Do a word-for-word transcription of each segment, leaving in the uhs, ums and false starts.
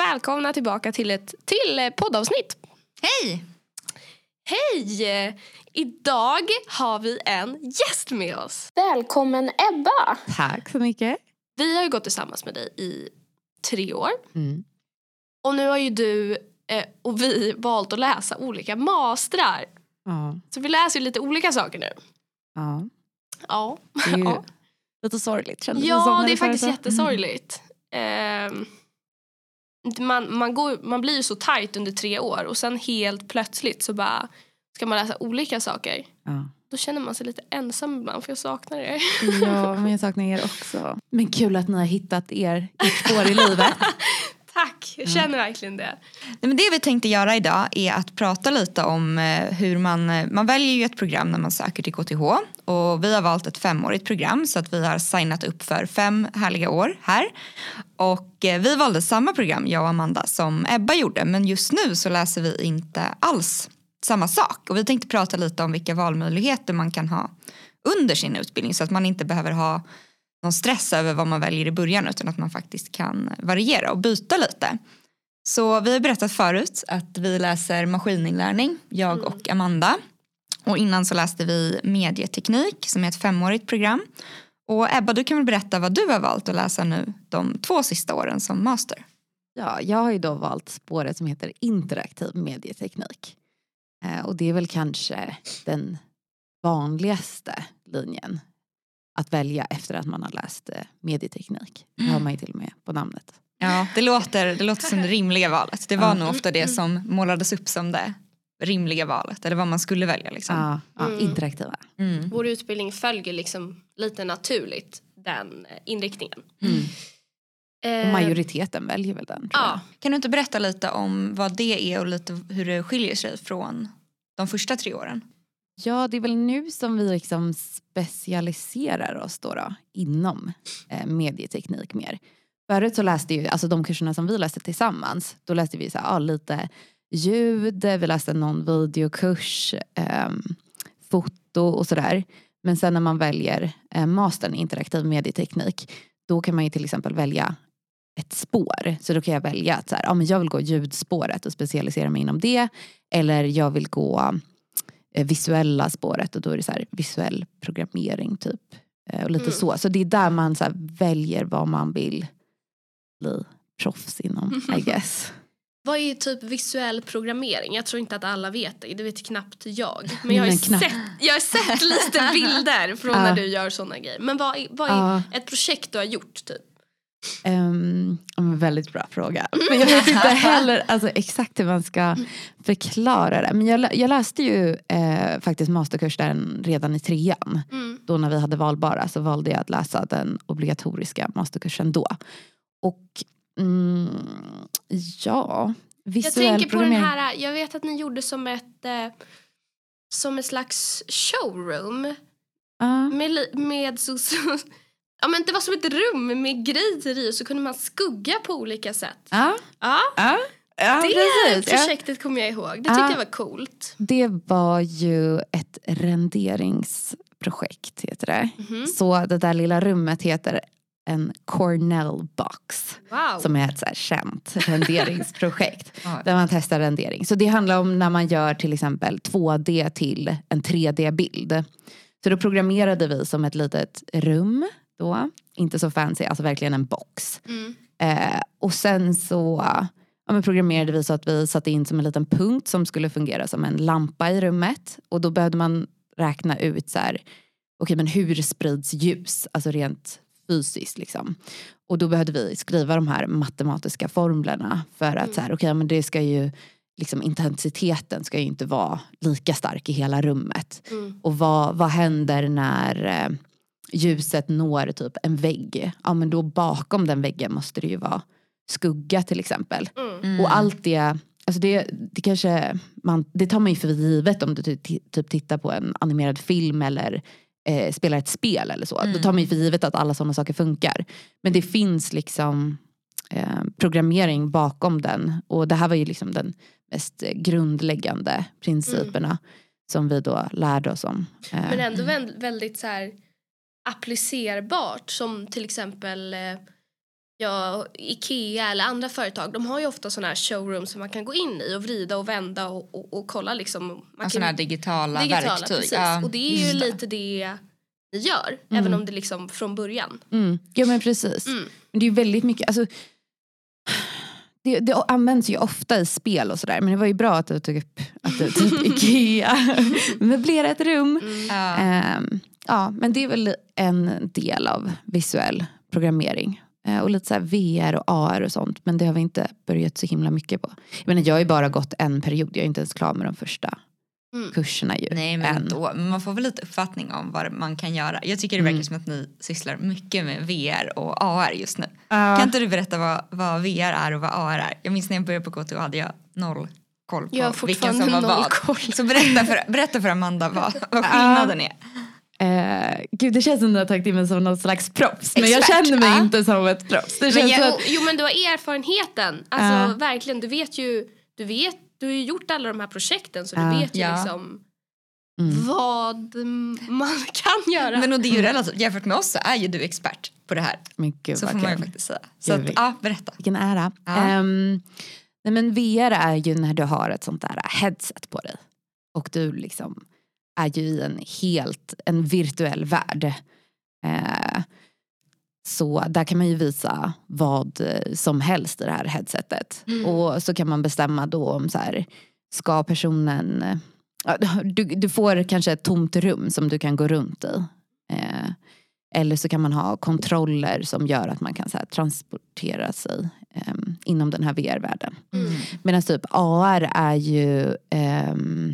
välkomna tillbaka till ett till poddavsnitt. Hej! Hej! Idag har vi en gäst med oss. Välkommen Ebba! Tack så mycket. Vi har ju gått tillsammans med dig i tre år. Mm. Och nu har ju du eh, och vi valt att läsa olika mastrar. Ja. Så vi läser ju lite olika saker nu. Ja. Ja. Det är ju ja. lite sorgligt. Kändes Ja, det, som när det är du sa faktiskt så. jättesorgligt. Mm. Eh, man, man, går, man blir ju så tajt under tre år. Och sen helt plötsligt så bara ska man läsa olika saker. Ja. Då känner man sig lite ensam ibland, för jag saknar er. Ja, men jag saknar er också. Men kul att ni har hittat er ert spår i livet. Tack, jag känner verkligen det. Nej, men det vi tänkte göra idag är att prata lite om eh, hur man, man väljer ju ett program när man söker till K T H. Och vi har valt ett femårigt program så att vi har signat upp för fem härliga år här. Och eh, vi valde samma program, jag och Amanda, som Ebba gjorde. Men just nu så läser vi inte alls samma sak. Och vi tänkte prata lite om vilka valmöjligheter man kan ha under sin utbildning. Så att man inte behöver ha någon stress över vad man väljer i början, utan att man faktiskt kan variera och byta lite. Så vi har berättat förut att vi läser maskininlärning, jag mm. och Amanda. Och innan så läste vi medieteknik som är ett femårigt program. Och Ebba, du kan väl berätta vad du har valt att läsa nu de två sista åren som master? Ja, jag har ju då valt spåret som heter interaktiv medieteknik. Eh, och det är väl kanske den vanligaste linjen att välja efter att man har läst eh, medieteknik. Det har man ju till och med på namnet. Ja, det låter, det låter som det rimliga valet. Det var mm. nog ofta det som målades upp som det rimliga valet. Eller vad man skulle välja liksom. Ja, ja Mm. interaktiva. Mm. Vår utbildning följer liksom lite naturligt den inriktningen. Mm. Eh, Och majoriteten väljer väl den, tror ja. jag. Kan du inte berätta lite om vad det är och lite hur det skiljer sig från de första tre åren? Ja, det är väl nu som vi liksom specialiserar oss då, då inom eh, medieteknik mer. Förut så läste ju, alltså de kurserna som vi läste tillsammans, då läste vi så här, ja, lite ljud, vi läste någon videokurs, eh, foto och sådär. Men sen när man väljer eh, mastern i interaktiv medieteknik, då kan man ju till exempel välja ett spår. Så då kan jag välja att så här, ja, men jag vill gå ljudspåret och specialisera mig inom det. Eller jag vill gå visuella spåret, och då är det så här visuell programmering typ och lite mm. så. Så det är där man så här väljer vad man vill bli proffs inom, I guess. Vad är typ visuell programmering? Jag tror inte att alla vet det. Det vet knappt jag. Men jag har, Men sett, jag har sett lite bilder från uh. när du gör såna grejer. Men vad är, vad är uh. ett projekt du har gjort typ? Um, en väldigt bra fråga. Men jag vet inte heller alltså, exakt hur man ska förklara det. Men jag, jag läste ju eh, faktiskt masterkursen redan i trean. Mm. Då när vi hade valbara så valde jag att läsa den obligatoriska masterkursen då. Och mm, ja, visuell Jag tänker på den programmering. här, jag vet att ni gjorde som ett eh, som ett slags showroom. Uh. Med, med så, så ja, men det var som ett rum med grejer i, och så kunde man skugga på olika sätt. Ja. Ja. Ja. Ja, det precis. projektet kommer jag ihåg. Det tyckte ja. jag var coolt. Det var ju ett renderingsprojekt, heter det. Mm-hmm. Så det där lilla rummet heter en Cornell box. Wow. Som är ett så här känt renderingsprojekt. Där man testar rendering. Så det handlar om när man gör till exempel två D till en tre D-bild. Så då programmerade vi som ett litet rum då. Inte så fancy, alltså verkligen en box. Mm. Eh, och sen så ja, men programmerade vi så att vi satte in som en liten punkt som skulle fungera som en lampa i rummet. Och då behövde man räkna ut så här, okej, okay, men hur sprids ljus? Alltså rent fysiskt liksom. Och då behövde vi skriva de här matematiska formlerna för att mm. så här, okej, okay, men det ska ju liksom intensiteten ska ju inte vara lika stark i hela rummet. Mm. Och vad, vad händer när eh, ljuset når typ en vägg? Ja, men då bakom den väggen måste det ju vara skugga till exempel. Mm. Och allt det, alltså det, det kanske man, det tar man ju för givet om du ty, typ tittar på en animerad film eller eh, spelar ett spel eller så. Mm. Då tar man ju för givet att alla sådana saker funkar. Men det finns liksom eh, programmering bakom den. Och det här var ju liksom den mest grundläggande principerna mm. som vi då lärde oss om. Eh, Men ändå väldigt så här applicerbart, som till exempel eh, ja, Ikea eller andra företag, de har ju ofta sådana här showrooms som man kan gå in i och vrida och vända och, och, och kolla liksom. Man kan, sådana här digitala, digitala verktyg. Precis. Ja, och det är ju lite det ni gör, mm. även om det liksom från början. Mm. Ja men precis. Mm. Men det är ju väldigt mycket, alltså det, det används ju ofta i spel och sådär. Men det var ju bra att du tog upp att du typ Ikea möblera ett rum. Mm. Um, ja, men det är väl en del av visuell programmering. Uh, och lite så här V R och A R och sånt. Men det har vi inte börjat så himla mycket på. Jag menar, jag har ju bara gått en period. Jag är inte ens klar med de första mm. kurserna ju. Nej, men då, man får väl lite uppfattning om vad man kan göra. Jag tycker det verkar mm. som att ni sysslar mycket med V R och A R just nu. Uh. Kan inte du berätta vad, vad V R är och vad A R är? Jag minns när jag började på K T H hade jag noll koll på vilken som var vad. Koll. Så berätta för, berätta för Amanda vad, vad skillnaden är. Uh, gud, det känns som att du har tagit in mig som något slags proffs. Expert, men jag känner mig uh. inte som ett proffs. Det men känns jag, att... Jo, men du har erfarenheten. Alltså uh. verkligen, du vet ju, du vet, du har ju gjort alla de här projekten så du uh. vet ju ja. liksom mm. vad man kan göra. Men och det är ju relativt, jämfört med oss så är ju du expert på det här. Men gud, så får man ju faktiskt säga. Så att, ja, berätta. Vilken ära. Uh. Um, nej men V R är ju när du har ett sånt där headset på dig. Och du liksom är ju i en helt, en virtuell värld. Eh, så där kan man ju visa vad som helst i det här headsetet. Mm. Och så kan man bestämma då om så här, ska personen, du, du får kanske ett tomt rum som du kan gå runt i. Eh, eller så kan man ha kontroller som gör att man kan så här, transportera sig eh, inom den här V R-världen. Mm. Medan typ A R är ju eh,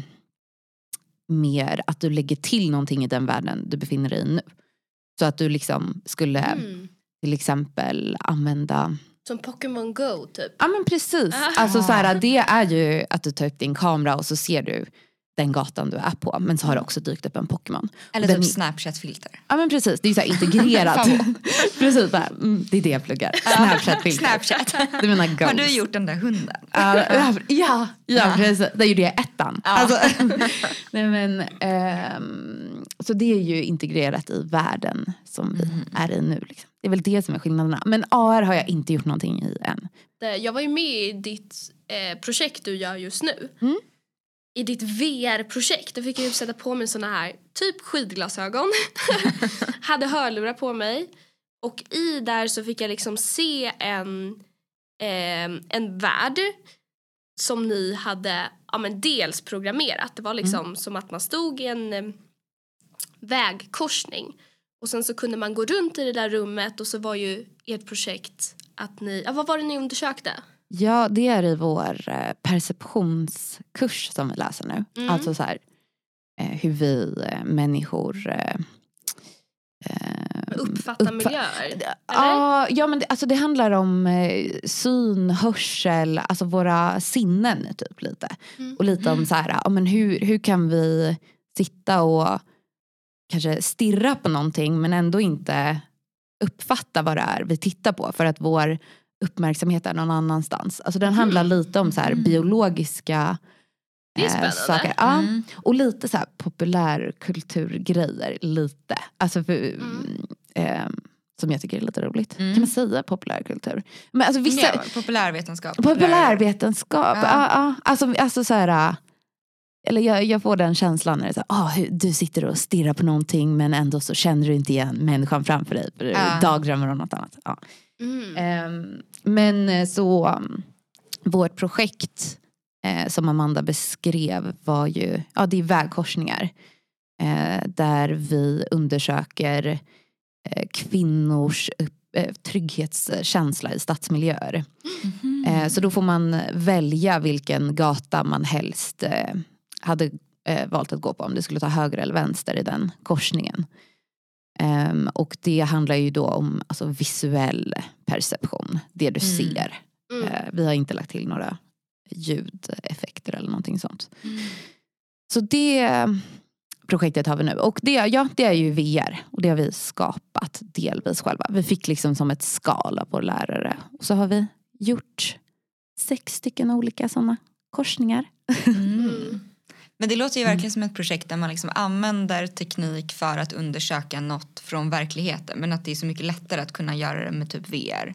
mer att du lägger till någonting i den världen du befinner dig i nu. Så att du liksom skulle mm. till exempel använda... Som Pokémon Go typ. Ja men precis. Ah. Alltså så här, det är ju att du tar upp din kamera och så ser du den gatan du är på. Men så har det också dykt upp en Pokémon. Eller den... typ Snapchat-filter. Ja men precis, det är ju så här integrerat. Precis, så här, mm, det är det jag pluggar. Snapchat-filter. Snapchat. Du menar Ghost. Har du gjort den där hunden? Uh, ja, ja, ja, precis. Det gjorde jag ettan. Ja. Alltså, nej men, um, så det är ju integrerat i världen som vi mm. är i nu. Liksom. Det är väl det som är skillnaderna. Men A R har jag inte gjort någonting i än. Jag var ju med i ditt eh, projekt du gör just nu. Mm. I ditt V R-projekt, då fick jag ju sätta på mig såna här typ skidglasögon. Hade hörlurar på mig. Och i där så fick jag liksom se en, eh, en värld som ni hade ja, men dels programmerat. Det var liksom mm. som att man stod i en eh, vägkorsning. Och sen så kunde man gå runt i det där rummet och så var ju ert projekt att ni... Ja, vad var det ni undersökte? Ja, det är i vår perceptionskurs som vi läser nu. Mm. Alltså så här, hur vi människor eh, uppfattar uppfa- miljöer. Eller? Ja, ja, men det, alltså det handlar om syn, hörsel, alltså våra sinnen typ lite. Mm. Och lite om så här, ja, men hur, hur kan vi sitta och kanske stirra på någonting men ändå inte uppfatta vad det är vi tittar på för att vår uppmärksamhet är någon annanstans. Alltså den handlar mm. lite om så här mm. biologiska eh, saker. Ja. Mm. Och lite så här populärkulturgrejer. Lite. Alltså för, mm. eh, som jag tycker är lite roligt. Mm. Kan man säga populärkultur? Men alltså vissa... Ja, populärvetenskap. Populärvetenskap. Ja. Ja, ja. Alltså, alltså så här... Eller jag, jag får den känslan när det är så här, oh, du sitter och stirrar på någonting men ändå så känner du inte igen människan framför dig. För du ja. dagdrömmer om något annat. Ja. Mm. Um, men så um, vårt projekt uh, som Amanda beskrev var ju, ja det är vägkorsningar. Uh, där vi undersöker uh, kvinnors uh, trygghetskänsla i stadsmiljöer. Mm. Uh, så då får man välja vilken gata man helst uh, hade uh, valt att gå på. Om det skulle ta höger eller vänster i den korsningen. Um, och det handlar ju då om alltså, visuell perception. Det du mm. ser. Mm. Uh, vi har inte lagt till några ljudeffekter eller någonting sånt. Mm. Så det projektet har vi nu. Och det, ja, det är ju V R. Och det har vi skapat delvis själva. Vi fick liksom som ett skal av vår lärare. Och så har vi gjort sex stycken olika sådana korsningar. Mm. Men det låter ju verkligen mm. som ett projekt där man liksom använder teknik för att undersöka något från verkligheten. Men att det är så mycket lättare att kunna göra det med typ V R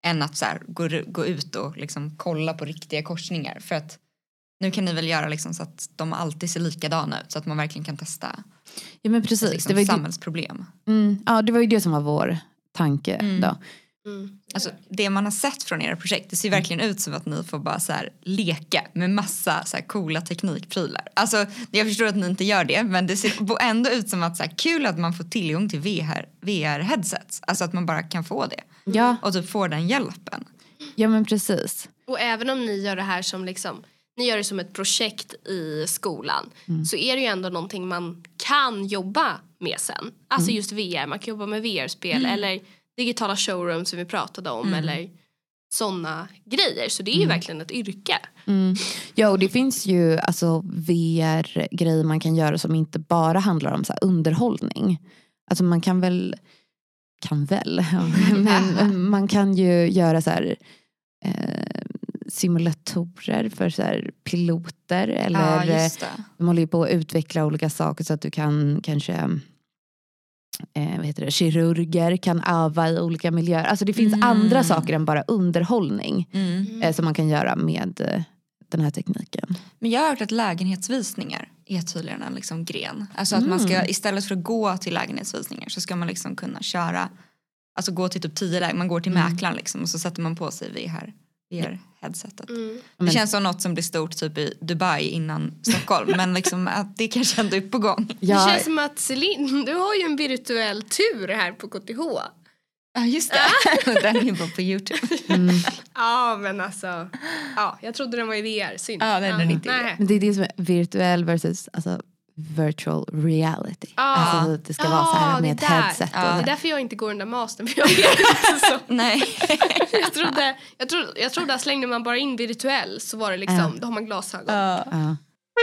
än att så här, gå, gå ut och liksom kolla på riktiga korsningar. För att nu kan ni väl göra liksom så att de alltid ser likadana ut så att man verkligen kan testa Ja, men precis. liksom, det var ju samhällsproblem. Mm, ja, det var ju det som var vår tanke Mm. då. Mm. Alltså, det man har sett från era projekt, det ser verkligen ut som att ni får bara så här leka med massa så här coola teknikprylar. Alltså, jag förstår att ni inte gör det, men det ser ändå ut som att så här, kul att man får tillgång till V R, V R-headsets. Alltså att man bara kan få det. Ja, Och typ får den hjälpen. ja men precis. Och även om ni gör det här som liksom, ni gör det som ett projekt i skolan, Mm. så är det ju ändå någonting man kan jobba med sen. Alltså just V R, man kan jobba med V R-spel Mm. eller digitala showrooms som vi pratade om Mm. eller sådana grejer. Så det är ju Mm. verkligen ett yrke. Mm. Ja, och det finns ju alltså V R-grejer man kan göra som inte bara handlar om så här underhållning. Alltså man kan väl, kan väl, ja, men man kan ju göra så här eh, simulatorer för så här piloter. Eller Ja, just det. de håller ju på att utveckla olika saker så att du kan kanske eh, vad heter det, kirurger kan öva i olika miljöer. Alltså det finns Mm. andra saker än bara underhållning Mm. eh, som man kan göra med eh, den här tekniken. Men jag har hört att lägenhetsvisningar är tydligen en liksom gren. Alltså att man ska, istället för att gå till lägenhetsvisningar så ska man liksom kunna köra, alltså gå till typ tio lägen, man går till Mm. mäklaren liksom och så sätter man på sig V R, V R-headsetet. Mm. Det Men- känns som något som blir stort typ i Dubai innan Stockholm, men liksom att det kanske ändå är på gång. Det Ja, känns som att Celine, du har ju en virtuell tur här på K T H. Ja, just det. Den är ju bara på YouTube. mm, Ja, men alltså, ja, jag trodde den var i V R, synd. Ja, nej, den är inte i V R. nej. men det är det som är virtuell versus alltså, virtual reality. Ja. Alltså att det ska vara så Ja, här med det ett där. headset. Ja. Det är Och, därför jag inte går den där mastern. För jag, vet inte så. Nej. jag, trodde, jag, trodde, jag trodde att slängde man bara in virtuell så var det liksom, Ja. då har man glasögon. ja.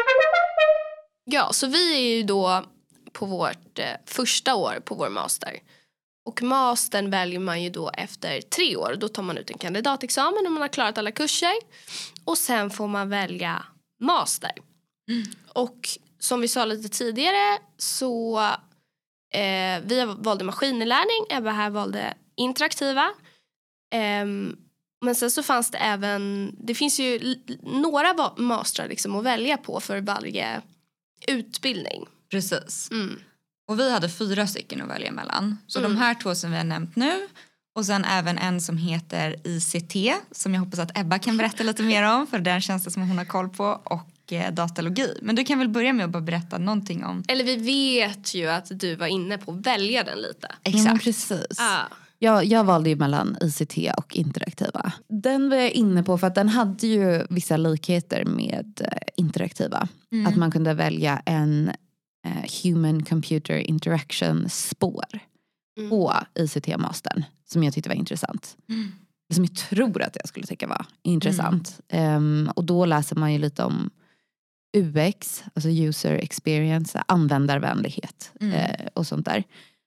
Ja, så vi är ju då på vårt eh, första år på vår master. Och mastern väljer man ju då efter tre år. Då tar man ut en kandidatexamen om man har klarat alla kurser. Och sen får man välja master. Och som vi sa lite tidigare så eh, vi valde maskininlärning. Ebba här valde interaktiva. Ehm, men sen så fanns det även, det finns ju l- några va- mastrar liksom att välja på för varje utbildning. Precis. Mm. Och vi hade fyra stycken att välja mellan. Så Mm. de här två som vi har nämnt nu. Och sen även en som heter I C T. Som jag hoppas att Ebba kan berätta lite mer om. För den känns det som hon har koll på. Och eh, datalogi. Men du kan väl börja med att bara berätta någonting om. Eller vi vet ju att du var inne på att välja den lite. Ja, men precis. Ah. Jag, jag valde ju mellan I C T och interaktiva. Den var jag inne på för att den hade ju vissa likheter med eh, interaktiva. Mm. Att man kunde välja en eh, human computer interaction spår Mm. på I C T-mastern som jag tyckte var intressant. Mm. Som jag tror att jag skulle tycka var intressant. Ehm, och då läser man ju lite om U X, alltså user experience, användarvänlighet Mm. eh, och sånt där.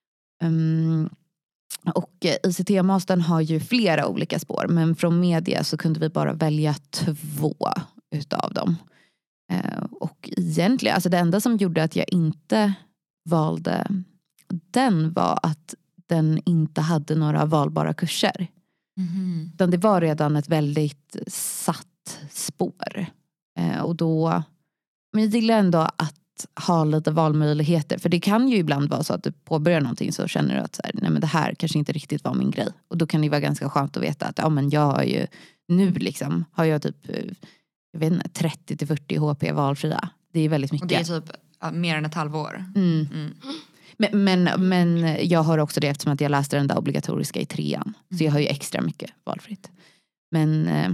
Ehm, och eh, I C T-mastern har ju flera olika spår, men från media så kunde vi bara välja två utav dem. Eh, och egentligen, alltså det enda som gjorde att jag inte valde den var att den inte hade några valbara kurser. Mhm. Utan det var redan ett väldigt satt spår. Eh, och då, men jag gillar ändå att ha lite valmöjligheter. För det kan ju ibland vara så att du påbörjar någonting så känner du att så här, nej men det här kanske inte riktigt var min grej. Och då kan det vara ganska skönt att veta att ja, men jag har ju nu liksom, har jag typ eh, jag vet inte, trettio till fyrtio H P valfria. Det är väldigt mycket. Och det är typ ja, mer än ett halvår. Mm. Mm. Men, men, men jag har också det eftersom att jag läste den där obligatoriska i trean. Så jag har ju extra mycket valfritt. Men eh,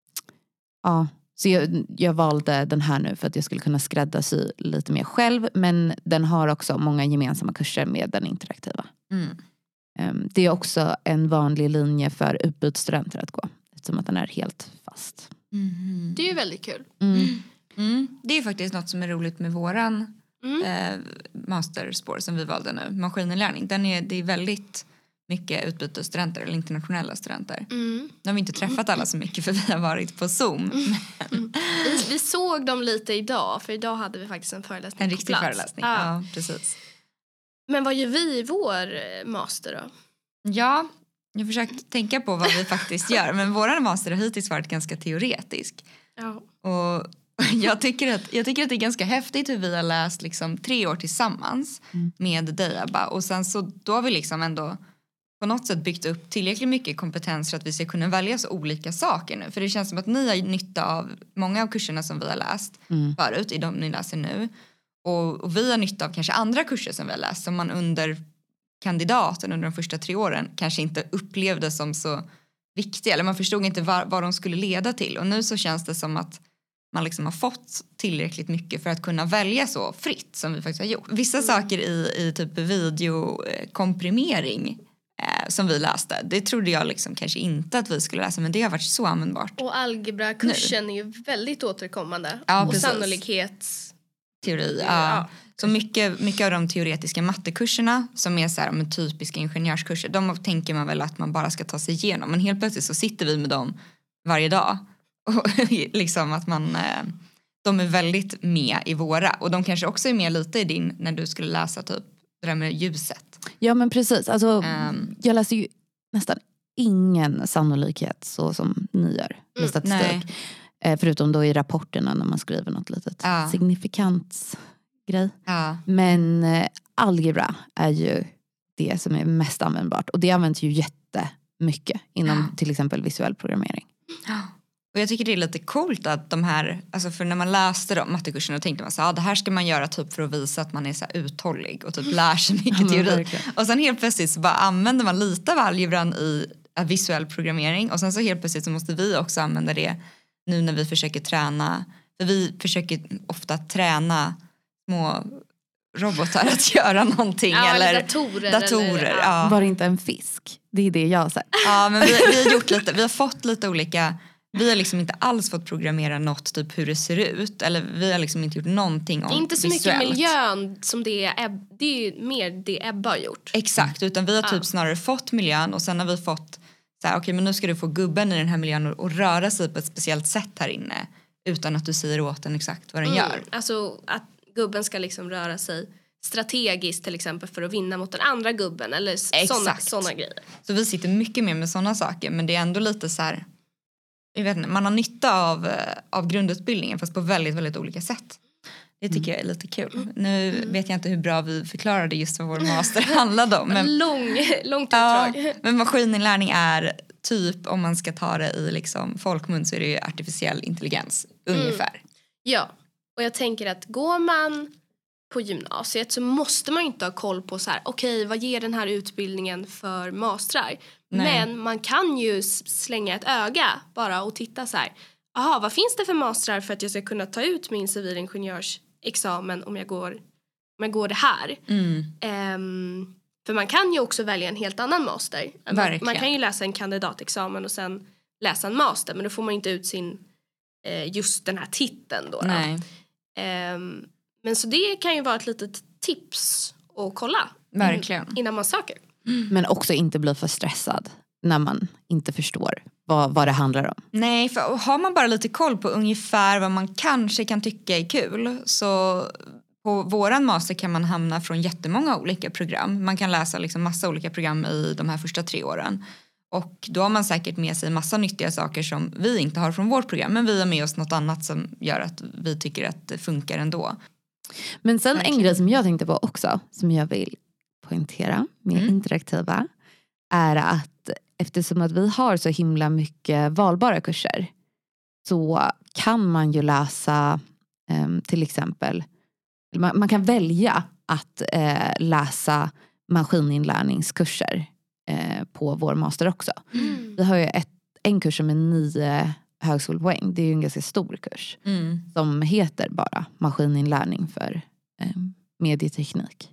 ja, så jag, jag valde den här nu för att jag skulle kunna skräddarsy lite mer själv. Men den har också många gemensamma kurser med den interaktiva. Mm. Um, det är också en vanlig linje för utbytesstudenter att gå. Eftersom att den är helt fast. Mhm. Det är ju väldigt kul. Mm. Mm. Det är faktiskt något som är roligt med våran Mm. eh, masterspår som vi valde nu, maskininlärning. Den är, det är väldigt mycket utbytesstudenter eller internationella studenter. Mm. Nu har vi inte träffat alla så mycket för vi har varit på Zoom. Men Vi, vi såg dem lite idag, för idag hade vi faktiskt en föreläsning en på riktig plats. föreläsning. Ja. Ja, precis. Men vad gör vi i vår eh, master då? Ja, Jag har försökt tänka på vad vi faktiskt gör. Men vår master har hittills varit ganska teoretisk. Ja. Och jag tycker, att, jag tycker att det är ganska häftigt hur vi har läst liksom tre år tillsammans mm. med dig, Ebba. Och sen så då har vi liksom ändå på något sätt byggt upp tillräckligt mycket kompetens för att vi ska kunna välja så olika saker nu. För det känns som att ni har nytta av många av kurserna som vi har läst mm. förut i de ni läser nu. Och, och vi har nytta av kanske andra kurser som vi har läst som man under kandidaten under de första tre åren kanske inte upplevde som så viktiga. Eller man förstod inte var, vad de skulle leda till. Och nu så känns det som att man liksom har fått tillräckligt mycket för att kunna välja så fritt som vi faktiskt har gjort. Vissa mm. saker i, i typ videokomprimering eh, som vi läste, det trodde jag liksom kanske inte att vi skulle läsa, men det har varit så användbart. Och algebrakursen är ju väldigt återkommande. Ja, och precis. Sannolikhetsteori. Ja. Ja. Så mycket, mycket av de teoretiska mattekurserna som är så här, men typiska ingenjörskurser, de tänker man väl att man bara ska ta sig igenom. Men helt plötsligt så sitter vi med dem varje dag. Och liksom att man, de är väldigt med i våra. Och de kanske också är med lite i din när du skulle läsa typ det där med ljuset. Ja men precis, alltså, um, jag läser ju nästan ingen sannolikhet så som ni gör med mm, statistik. Nej. Förutom då i rapporterna när man skriver något litet ja. signifikant grej. Ja. Men eh, algebra är ju det som är mest användbart. Och det används ju jättemycket inom ja. till exempel visuell programmering. Ja. Och jag tycker det är lite coolt att de här, alltså för när man läste de mattekurserna och tänkte man så ja, det här ska man göra typ för att visa att man är så här uthållig och typ lär sig mycket teori. Ja, och sen helt plötsligt så bara använder man lite av algebran i visuell programmering och sen så helt plötsligt så måste vi också använda det nu när vi försöker träna, för vi försöker ofta träna små robotar att göra någonting ja, eller datorer. datorer eller, ja. Var det inte en fisk? Det är det jag har sagt. Ja, men vi, vi har gjort lite, vi har fått lite olika. Vi har liksom inte alls fått programmera något typ hur det ser ut. Eller vi har liksom inte gjort någonting om det är inte så visuellt. Mycket miljön som det är. Det är ju mer det Ebba har gjort. Exakt, utan vi har typ ja. snarare fått miljön. Och sen har vi fått så här, okej okay, men nu ska du få gubben i den här miljön och, och röra sig på ett speciellt sätt här inne. Utan att du säger åt den exakt vad den mm, gör. Alltså att gubben ska liksom röra sig strategiskt till exempel för att vinna mot den andra gubben. Eller sådana såna grejer. Så vi sitter mycket mer med sådana saker. Men det är ändå lite så här. Jag vet inte, man har nytta av, av grundutbildningen fast på väldigt, väldigt olika sätt. Det tycker mm. jag är lite kul. Nu mm. vet jag inte hur bra vi förklarade just vad vår master handlade om. Men, Lång, långt utdrag. Ja, men maskininlärning är typ, om man ska ta det i liksom folkmun så är det ju artificiell intelligens, ungefär. Mm. Ja, och jag tänker att går man på gymnasiet så måste man ju inte ha koll på så här, okej, okay, vad ger den här utbildningen för mastrar? Nej. Men man kan ju slänga ett öga bara och titta så här. Aha, vad finns det för mastrar för att jag ska kunna ta ut min civilingenjörsexamen om jag går, om jag går det här? Mm. Um, för man kan ju också välja en helt annan master. Man, man kan ju läsa en kandidatexamen och sen läsa en master. Men då får man inte ut sin, uh, just den här titeln då. Nej. Um, men så det kan ju vara ett litet tips att kolla. Verkligen. In, innan man söker. Mm. Men också inte bli för stressad när man inte förstår vad, vad det handlar om. Nej, för har man bara lite koll på ungefär vad man kanske kan tycka är kul så på våran master kan man hamna från jättemånga olika program. Man kan läsa liksom massa olika program i de här första tre åren. Och då har man säkert med sig massa nyttiga saker som vi inte har från vårt program. Men vi har med oss något annat som gör att vi tycker att det funkar ändå. Men sen Verkligen. En grej som jag tänkte på också, som jag vill poängtera med mm. interaktiva, är att eftersom att vi har så himla mycket valbara kurser så kan man ju läsa eh, till exempel, man, man kan välja att eh, läsa maskininlärningskurser eh, på vår master också. Mm. Vi har ju ett, en kurs som är nio högskolepoäng. Det är ju en ganska stor kurs mm. som heter bara maskininlärning för eh, medieteknik.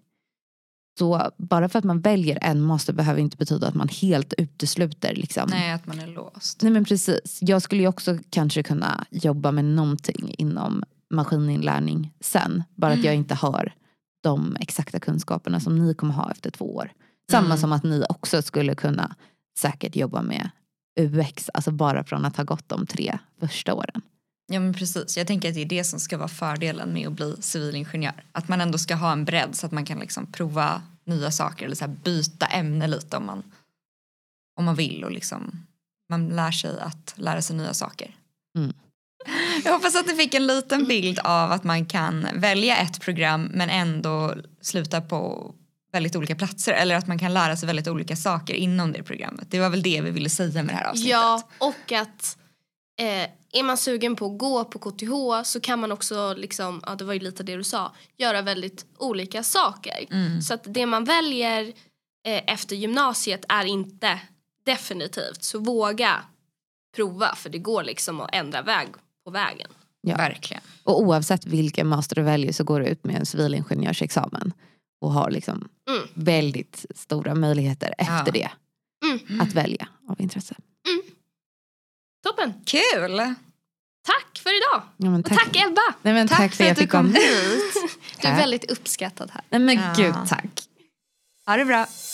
Så bara för att man väljer en master behöver inte betyda att man helt utesluter liksom. Nej, att man är låst. Nej, men precis. Jag skulle ju också kanske kunna jobba med någonting inom maskininlärning sen. Bara mm. att jag inte har de exakta kunskaperna som ni kommer ha efter två år. Samma mm. som att ni också skulle kunna säkert jobba med U X. Alltså bara från att ha gått de tre första åren. Ja, men precis. Jag tänker att det är det som ska vara fördelen med att bli civilingenjör. Att man ändå ska ha en bredd så att man kan liksom prova nya saker eller så här byta ämne lite om man, om man vill och liksom man lär sig att lära sig nya saker. Mm. Jag hoppas att ni fick en liten bild av att man kan välja ett program men ändå sluta på väldigt olika platser. Eller att man kan lära sig väldigt olika saker inom det programmet. Det var väl det vi ville säga med det här avsnittet. Ja, och att eh, är man sugen på att gå på K T H så kan man också, liksom, ja, det var ju lite det du sa, göra väldigt olika saker. Mm. Så att det man väljer eh, efter gymnasiet är inte definitivt. Så våga prova, för det går liksom att ändra väg på vägen. Ja. Verkligen. Och oavsett vilken master du väljer så går du ut med en civilingenjörsexamen. Och har liksom Mm. väldigt stora möjligheter efter Ja. det. Mm. Att välja av intresse. Toppen! Kul! Tack för idag! Ja, men Och tack Ebba! Nej, men tack, Tack för att jag fick komma hit. Du är väldigt uppskattad här. Nej men Ja. gud, tack. Ha det bra.